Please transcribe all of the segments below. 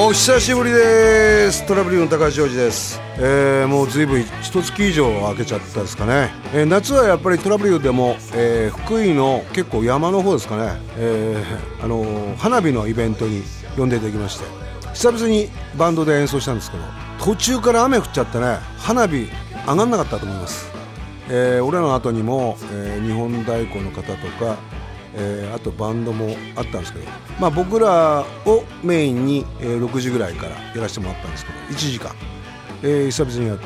お久しぶりです。トラブリューの高橋ジョージです。もう随分一月以上空けちゃったですかね。夏はやっぱりトラブリューでも、福井の結構山の方ですかね、花火のイベントに呼んでいただきまして、久々にバンドで演奏したんですけど、途中から雨降っちゃってね、花火上がんなかったと思います。俺らの後にも、日本太鼓の方とか、あとバンドもあったんですけど、僕らをメインに、6時ぐらいからやらせてもらったんですけど、1時間、久々にやって、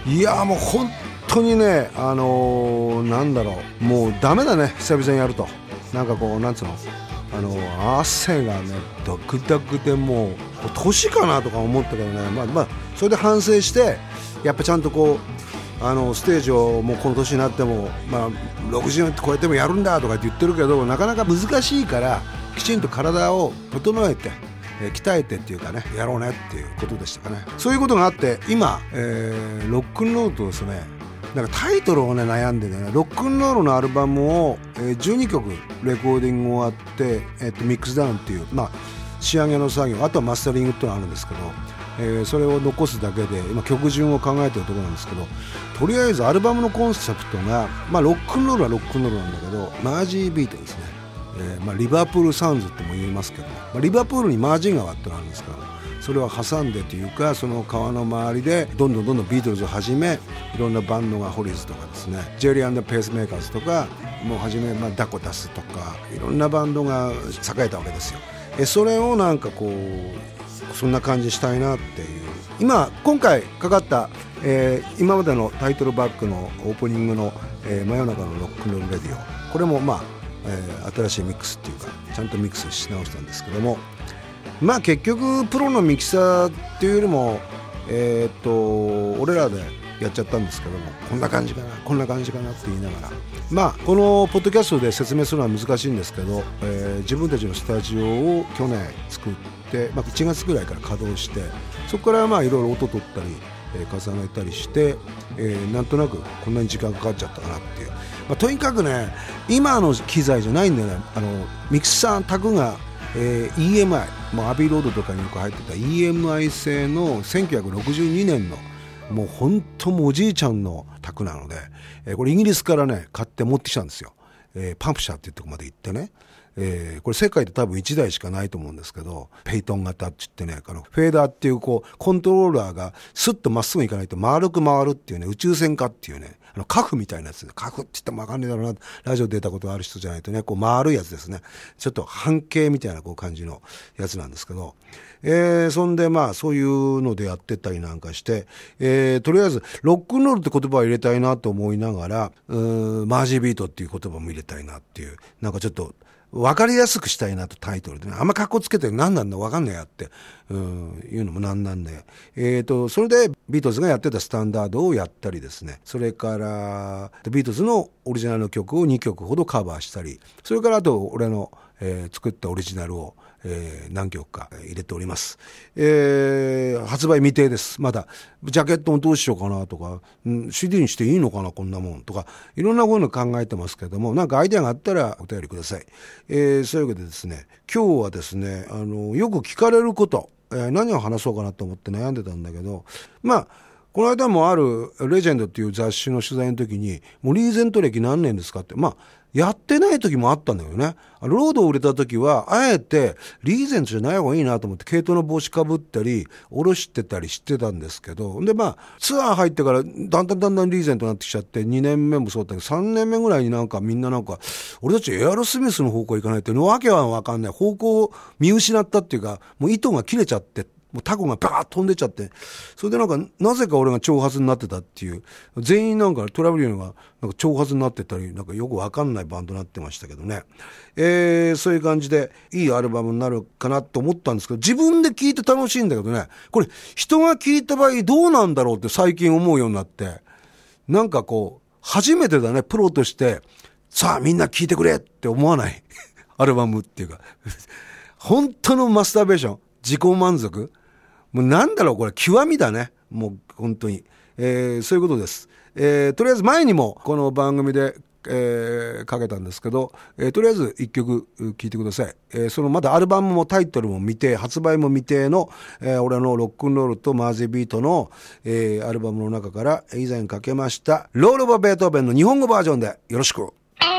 いやもう本当にね、なんだろう、もうダメだね、久々にやると。なんかこう、なんつうの、汗がねダクダクで、もう年かなとか思ったけどね、それで反省して、やっぱちゃんとこうステージをもうこの年になっても、60って超えてもやるんだとかって言ってるけど、なかなか難しいから、きちんと体を整えて、鍛えてっていうかね、やろうねっていうことでしたかね。そういうことがあって、今、ロックンロールとですね、なんかタイトルをね悩んでね、ロックンロールのアルバムを、12曲レコーディング終わって、ミックスダウンっていう、仕上げの作業、あとはマスタリングっていうのがあるんですけど、それを残すだけで今曲順を考えてるところなんですけど、とりあえずアルバムのコンセプトが、ロックンロールはロックンロールなんだけど、マージービートですね、リバプールサウンズっても言いますけど、リバプールにマージン川ってのがあるんですけど、それを挟んでというか、その川の周りでどんどんビートルズをはじめ、いろんなバンドが、ホリーズとかですね、ジェリー&ペースメーカーズとかもうはじめ、ダコタスとかいろんなバンドが栄えたわけですよ。それをなんかこうそんな感じしたいなっていう、今回かかった、今までのタイトルバックのオープニングの、真夜中のロックンロールレディオ、これも新しいミックスっていうか、ちゃんとミックスし直したんですけども、結局プロのミキサーっていうよりも、俺らでやっちゃったんですけども、こんな感じかなこんな感じかなって言いながら、このポッドキャストで説明するのは難しいんですけど、自分たちのスタジオを去年作って、1月ぐらいから稼働して、そこからいろいろ音取ったり、重ねたりして、なんとなくこんなに時間かかっちゃったかなっていう、とにかくね、今の機材じゃないんだよね。ミキサータグが、EMI、アビーロードとかによく入ってた EMI 製の1962年のもう本当もおじいちゃんのタグなので、これイギリスからね買って持ってきたんですよ。パンプ社っていうとこまで行ってね、これ世界で多分1台しかないと思うんですけど、ペイトン型って言ってね、フェーダーっていうコントローラーがスッとまっすぐいかないと丸く回るっていうね、宇宙船化っていうね、カフみたいなやつ、カフって言ってもわかんないだろうな、ラジオ出たことがある人じゃないとね、丸いやつですね、ちょっと半径みたいな感じのやつなんですけど、そんでそういうのでやってたりなんかして、とりあえずロックンロールって言葉を入れたいなと思いながら、マージービートっていう言葉も入れたいなっていう、なんかちょっと分かりやすくしたいなと、タイトルでね、あんま格好つけて何なんだ分かんないやって、いうのもなんなんで、それでビートルズがやってたスタンダードをやったりですね、それからビートルズのオリジナルの曲を2曲ほどカバーしたり、それからあと俺の、作ったオリジナルを何曲か入れております。発売未定です。まだジャケットをどうしようかなとか、CD にしていいのかなこんなもんとか、いろんなことを考えてますけども、なんかアイデアがあったらお便りください。そういうわけでですね、今日はですね、よく聞かれること、何を話そうかなと思って悩んでたんだけど、この間もあるレジェンドっていう雑誌の取材の時に、もうリーゼント歴何年ですかって、やってない時もあったんだよね。ロードを売れた時は、あえてリーゼントじゃない方がいいなと思って、毛糸の帽子かぶったり、下ろしてたりしてたんですけど、でツアー入ってから、だんだんリーゼントになってきちゃって、2年目もそうだったけど、3年目ぐらいにみんな俺たちエアロスミスの方向行かないって、わけはわかんない。方向を見失ったっていうか、もう糸が切れちゃって、もうタコがバーッと飛んでっちゃって、それでなぜか俺が長髪になってたっていう、全員トラブルが長髪になってたり、よくわかんないバンドになってましたけどね。そういう感じでいいアルバムになるかなと思ったんですけど、自分で聴いて楽しいんだけどね、これ人が聴いた場合どうなんだろうって最近思うようになって、初めてだね、プロとして、さあみんな聴いてくれって思わないアルバムっていうか本当のマスターベーション、自己満足、もうこれ極みだね、もう本当に、そういうことです。とりあえず前にもこの番組でかけたんですけど、とりあえず一曲聴いてください。そのまだアルバムもタイトルも未定、発売も未定の、俺のロックンロールとマーゼビートの、アルバムの中から以前かけましたロール・オブ・ベートーベンの日本語バージョンでよろしく。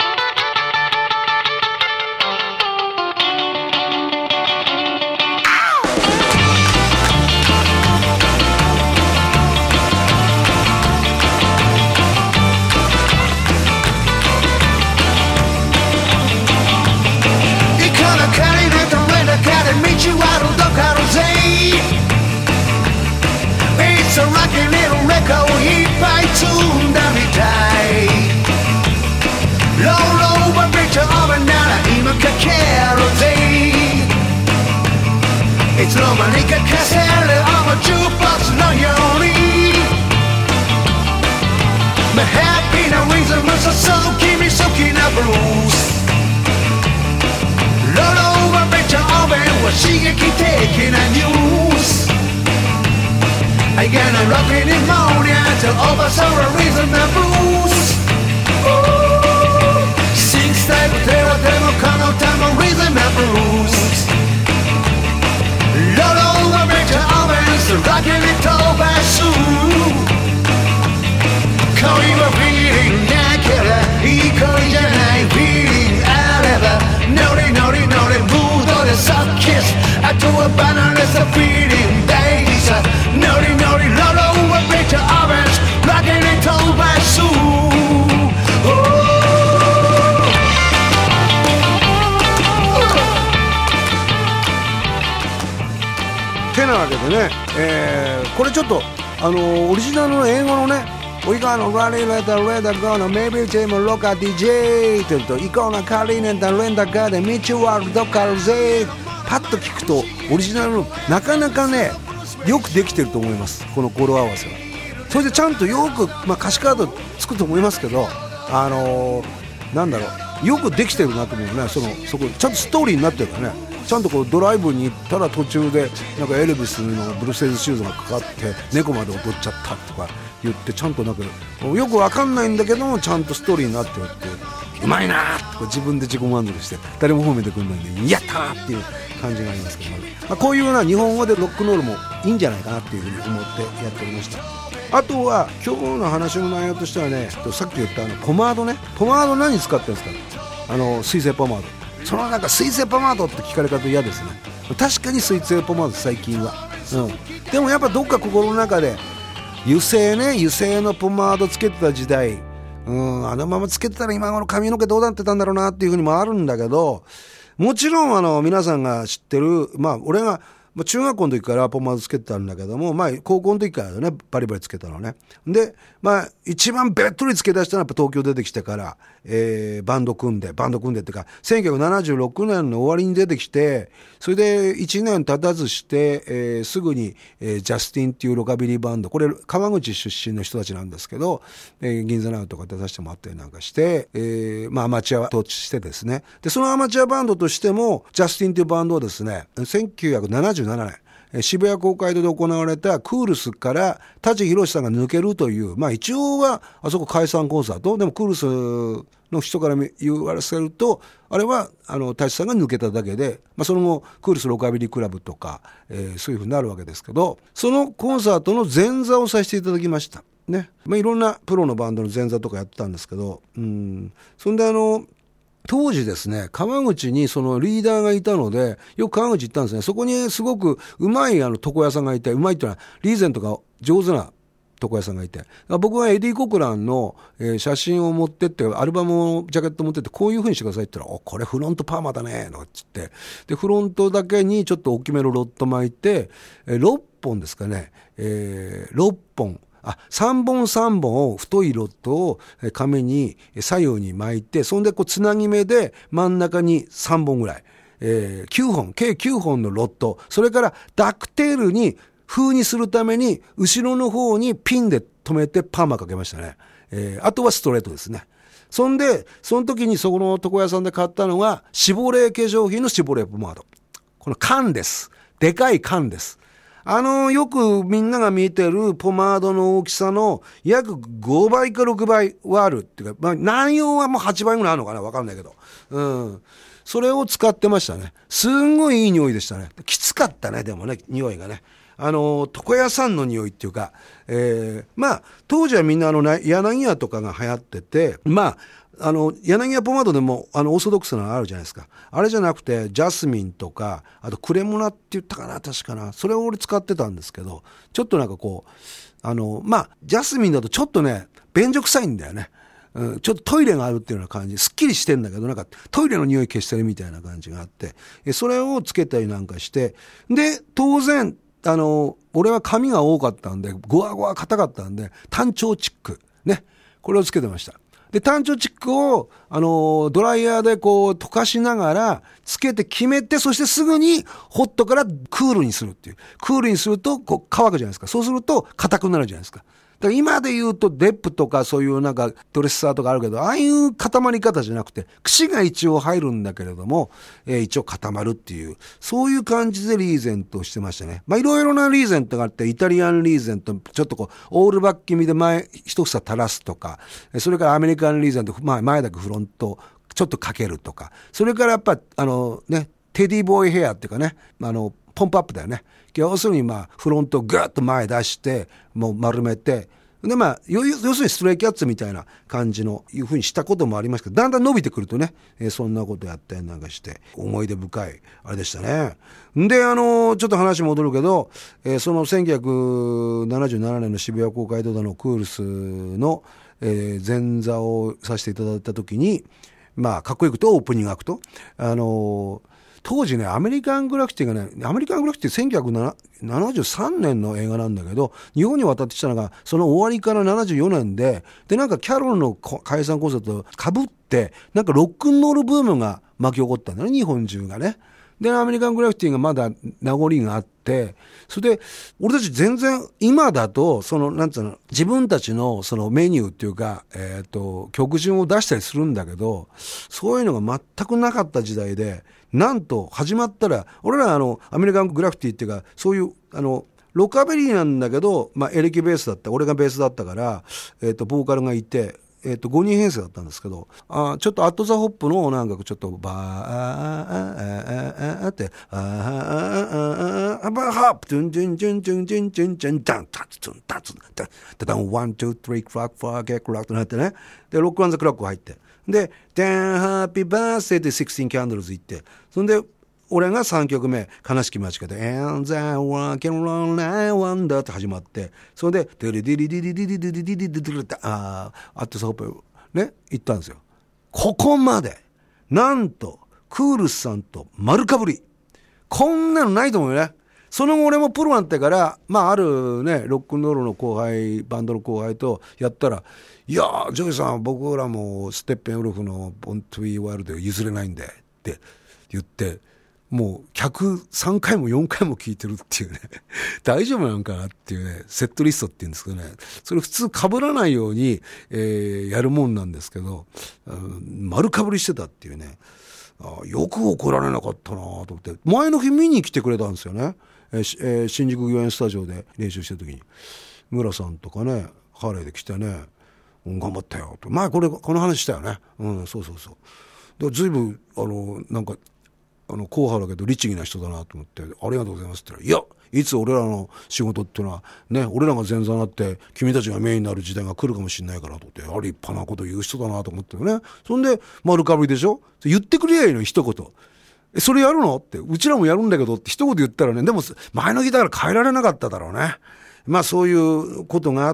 Meet you out of the Carosei. It's a rocky little record, he fights soon down the tide. Roll over, picture of a nana, even Carosei. It's Romanica Casselle of a jukebox, no yoni. My happy no reason was a soul, keep me soaking up blues. Roll over, picture of it, was she keep taking a news. I got a rockin' pneumonia to over sorrow reason the blues. Sing style, terror, demo, cono, time, reason the blues. Roll over, picture of it, rockin' it over soon. Call you a feeling, naked, equal, yeah, feeling, Naughty, naughty, naughty, mood on the sun kiss. I do a banner as a feeling days. Naughty, naughty, load over picture ovens, rocking it over soon. Oh. てなわけでね、これちょっとオリジナルの英語のねWe gonna run it like the red gonna maybe Jim Rock DJ って言うとイコーナカリネンダレンダガーでミチュアルドカルゼパッと聞くとオリジナルのなかなかねよくできてると思います。この語呂合わせはそれでちゃんとよく、歌詞カードつくと思いますけどなんだろうよくできてるなと思うね。そこちゃんとストーリーになってるからね。ちゃんとこうドライブに行ったら途中でなんかエルビスのブルーセイズシューズがかかって猫まで踊っちゃったとか言ってちゃんとなんかよくわかんないんだけどもちゃんとストーリーになってるってうまいなーって自分で自己満足して誰も褒めてくんないんでやったーっていう感じがありますけど、こういうような日本語でロックンロールもいいんじゃないかなっていうふうに思ってやっておりました。あとは今日の話の内容としてはねさっき言ったポマードね。ポマード何使ってるんですか。水性ポマード。そのなんか水性ポマードって聞かれ方嫌ですね。確かに水性ポマード最近は、でもやっぱどっか心の中で油性のポマードつけてた時代、あのままつけてたら今頃髪の毛どうなってたんだろうなっていうふうにもあるんだけど、もちろん皆さんが知ってる俺が中学校の時からポマードつけてたんだけども、高校の時からねバリバリつけたのね。で一番べっとりつけ出したのはやっぱ東京出てきてから、バンド組んでっていうか1976年の終わりに出てきて、それで1年経たずして、すぐに、ジャスティンっていうロカビリーバンド、これ川口出身の人たちなんですけど、銀座ナウとか出させてもらったりなんかして、アマチュアとしてですね。でそのアマチュアバンドとしてもジャスティンっていうバンドをですね1977年渋谷公会堂で行われたクールスから舘ひろしさんが抜けるという、一応はあそこ解散コンサートでもクールスの人から言わせるとあれは舘さんが抜けただけで、その後クールスロカビリークラブとか、そういう風になるわけですけど、そのコンサートの前座をさせていただきましたね。いろんなプロのバンドの前座とかやってたんですけど、そんで当時ですね、川口にそのリーダーがいたので、よく川口行ったんですね。そこにすごくうまい床屋さんがいて、うまいっていうのはリーゼントが上手な床屋さんがいて、僕はエディ・コクランの、写真を持ってって、アルバムをジャケット持ってって、こういう風にしてくださいって言ったら、これフロントパーマだね、なんつって。で、フロントだけにちょっと大きめのロット巻いて、6本ですかね、6本。3本を太いロットを紙に左右に巻いて、そんでつなぎ目で真ん中に3本ぐらい、計9本のロット、それからダックテールに風にするために後ろの方にピンで留めてパーマかけましたね。あとはストレートですね。そんでその時にそこの床屋さんで買ったのがシボレー化粧品のシボレーポマード。この缶です。でかい缶です。 よくみんなが見てるポマードの大きさの約5倍か6倍はあるっていうか、まあ、内容はもう8倍ぐらいあるのかな、わかんないけど。それを使ってましたね。すんごいいい匂いでしたね。きつかったね、でもね、匂いがね。床屋さんの匂いっていうか、まあ、当時はみんな柳屋とかが流行ってて、まあ、柳屋ポマードでもオーソドックスなのあるじゃないですか。あれじゃなくてジャスミンとか、あとクレモナって言ったかな、確かな。それを俺使ってたんですけど、ちょっとなんかこうまあジャスミンだとちょっとね便所臭いんだよね。ちょっとトイレがあるっていうような感じ、すっきりしてんだけど、なんかトイレの匂い消してるみたいな感じがあって、それをつけたりなんかして、で当然俺は髪が多かったんで、ゴワゴワ硬かったんで、単調チックね、これをつけてました。で単調チックをドライヤーでこう溶かしながらつけて決めて、そしてすぐにホットからクールにするっていう。クールにするとこう乾くじゃないですか。そうすると硬くなるじゃないですか。だから今で言うとデップとかそういうなんかドレッサーとかあるけど、ああいう固まり方じゃなくて、櫛が一応入るんだけれども、一応固まるっていう、そういう感じでリーゼントをしてましたね。まあいろいろなリーゼントがあって、イタリアンリーゼント、ちょっとこうオールバック気味で前一房垂らすとか、それからアメリカンリーゼント、前だけフロントちょっとかけるとか、それからやっぱね、テディボーイヘアっていうかね、ポンプアップだよね。要するにフロントをぐーっと前出してもう丸めて、で要するにストレイキャッツみたいな感じのいう風にしたこともありますけど、だんだん伸びてくるとね、そんなことやったりなんかして思い出深いあれでしたね。でちょっと話戻るけど、その1977年の渋谷公会堂のクールスの、前座をさせていただいた時に、かっこよくとオープニングアクト、当時ね、アメリカングラフィティがね、アメリカングラフィティ1973年の映画なんだけど、日本に渡ってきたのがその終わりから74年で、なんかキャロルの解散コンサートと被って、なんかロックンロールブームが巻き起こったんだね、日本中がね。でアメリカングラフィティがまだ名残があって、それで俺たち全然今だとなんつうの、自分たちのそのメニューっていうか、曲順を出したりするんだけど、そういうのが全くなかった時代で、なんと始まったら俺らアメリカングラフィティっていうか、そういうロカベリーなんだけど、エレキベースだった、俺がベースだったから、ボーカルがいて、5人編成だったんですけど、ちょっとアットザホップのなんかちょっとバーってバーハップトゥントゥントゥントゥントゥントゥントゥンダンタツトゥンタツダダンワンツースリークラックファーゲックラックとなってね、でロックワンザクラック入って、でダンハッピーバースデーで16キャンドルズ行って、そんで俺が3曲目悲しき街角で And the rock and roll I wonder って始まって、それでデリデリデリデリデリデリデリデリってアットサホップね行ったんですよ。ここまでなんとクールスさんと丸かぶり、こんなのないと思うよね。その後俺もプロになってから、あるねロックンロールの後輩、バンドの後輩とやったら、いやージョイさん、僕らもステッペンウルフのボントゥイワイルド譲れないんでって言って、もう103回も4回も聞いてるっていうね大丈夫なんかなっていうね、セットリストっていうんですけどね、それ普通被らないように、やるもんなんですけど、丸かぶりしてたっていうね、よく怒られなかったなと思って、前の日見に来てくれたんですよね。新宿御苑スタジオで練習してる時に村さんとかね、ハーレーで来てね、頑張ったよと、前この話したよね。そうそうそう。で随分なんか硬派だけど律儀な人だなと思って、ありがとうございますって言ったら、いやいつ俺らの仕事っていうのはね、俺らが前座になって君たちがメインになる時代が来るかもしれないからと思って、立派なこと言う人だなと思ってね。そんで丸かぶりでしょ、言ってくれやいいの一言、それやるのって、うちらもやるんだけどって一言言ったらね、でも前の日だから変えられなかっただろうね。そういうことがあって、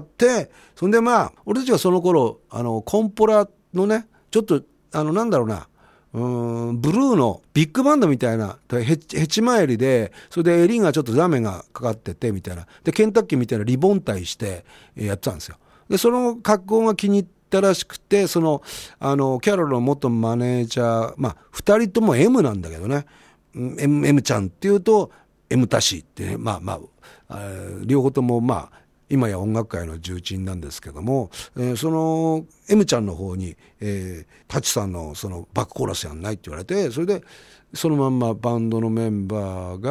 そんで俺たちがその頃コンポラのね、ちょっとなんだろうな、ブルーのビッグバンドみたいなヘチマ襟で、それで襟がちょっとラメがかかっててみたいなで、ケンタッキーみたいなリボンタイしてやってたんですよ。でその格好が気に入ったらしくて、キャロルの元マネージャー、2人とも M なんだけどね、M ちゃんっていうと M タシってね、両方とも今や音楽界の重鎮なんですけども、その M ちゃんの方に、タチさんのそのバックコーラスやんないって言われて、それでそのまんまバンドのメンバーが、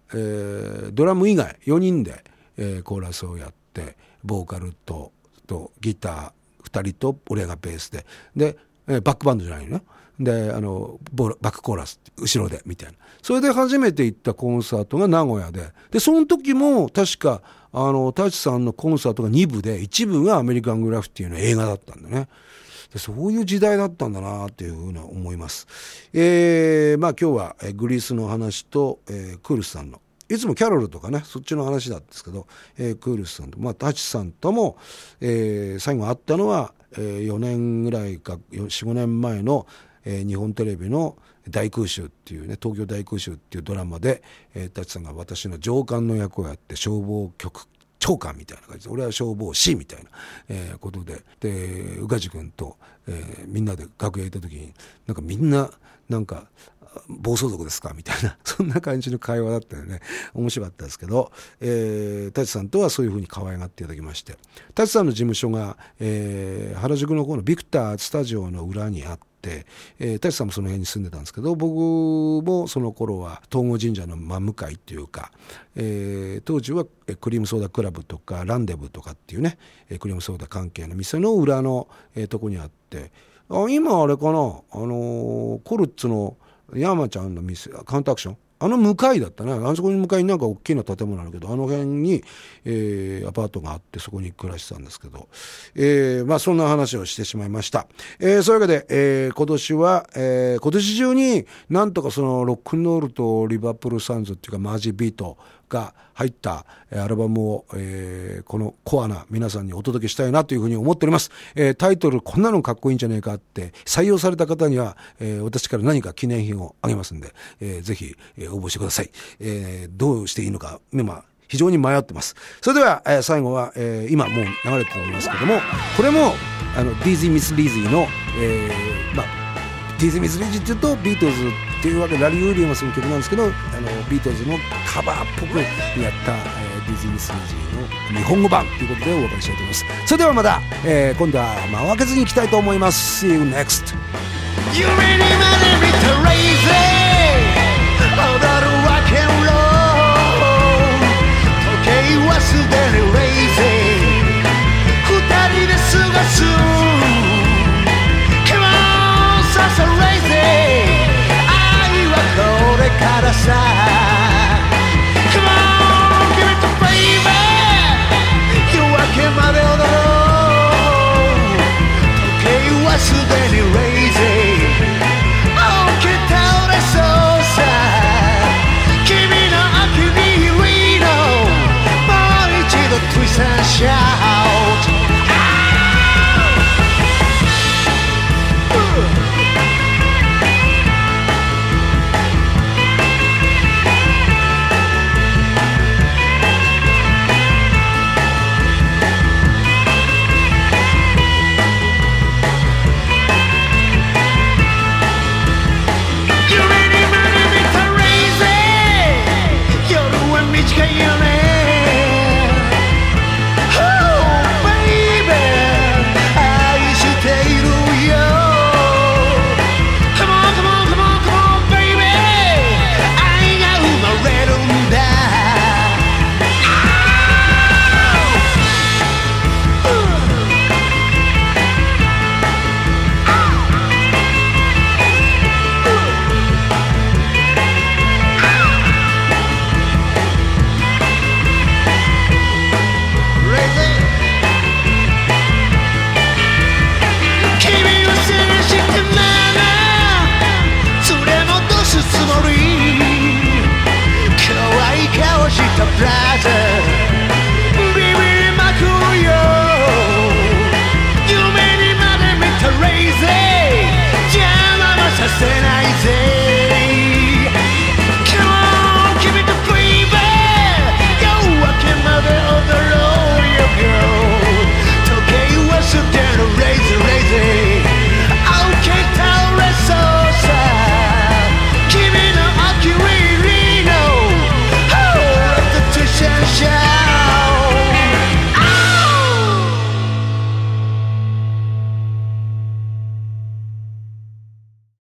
ドラム以外4人で、コーラスをやって、ボーカルとギター2人と俺がベースで、バックバンドじゃないのね。でバックコーラス後ろでみたいな。それで初めて行ったコンサートが名古屋で、その時も確か舘さんのコンサートが2部で、1部がアメリカングラフィティの映画だったんだね。でそういう時代だったんだなっていうふうに思います。今日はグリースの話と、クールスさんのいつもキャロルとかね、そっちの話なんですけど、クールスさんと、舘さんとも、最後会ったのは、4年ぐらいか 4,5 年前の、日本テレビの大空襲っていうね、東京大空襲っていうドラマで、舘さんが私の上官の役をやって、消防局長官みたいな感じで、俺は消防士みたいな、ことで、宇梶君と、みんなで楽屋行った時に、なんかみんななんか暴走族ですかみたいな、そんな感じの会話だったよね。面白かったですけど、舘さんとはそういうふうに可愛がっていただきまして、舘さんの事務所が、原宿の方のビクタースタジオの裏にあって、舘さんもその辺に住んでたんですけど、僕もその頃は東郷神社の真向かいっていうか、当時はクリームソーダクラブとかランデブとかっていうね、クリームソーダ関係の店の裏の、とこにあって、今あれかな、コルッツの山ちゃんの店、カウンターアクション、向かいだったね。あそこに向かいになんか大きな建物あるけど、あの辺に、アパートがあって、そこに暮らしてたんですけど、そんな話をしてしまいました。そういうわけで、今年は、今年中になんとかそのロックンロールとリバプールサンズっていうかマージビートが入ったアルバムを、このコアな皆さんにお届けしたいなというふうに思っております。タイトルこんなのかっこいいんじゃないかって採用された方には、私から何か記念品をあげますんで、ぜひ、応募してください。どうしていいのか今非常に迷ってます。それでは、最後は、今もう流れておりますけども、これもディーズ・ミス・リーズィの、ディーズ・ミス・リーズィっていうとビートルズっていうわけでラリー・ウィリアムスの曲なんですけど、ビートルズのカバーっぽくやった、ディーズ・ミス・リーズィの日本語版ということでお別れしたいと思います。それではまた、今度は間を空けずにいきたいと思います。 See you next. 夢にまで見たレイゼー踊る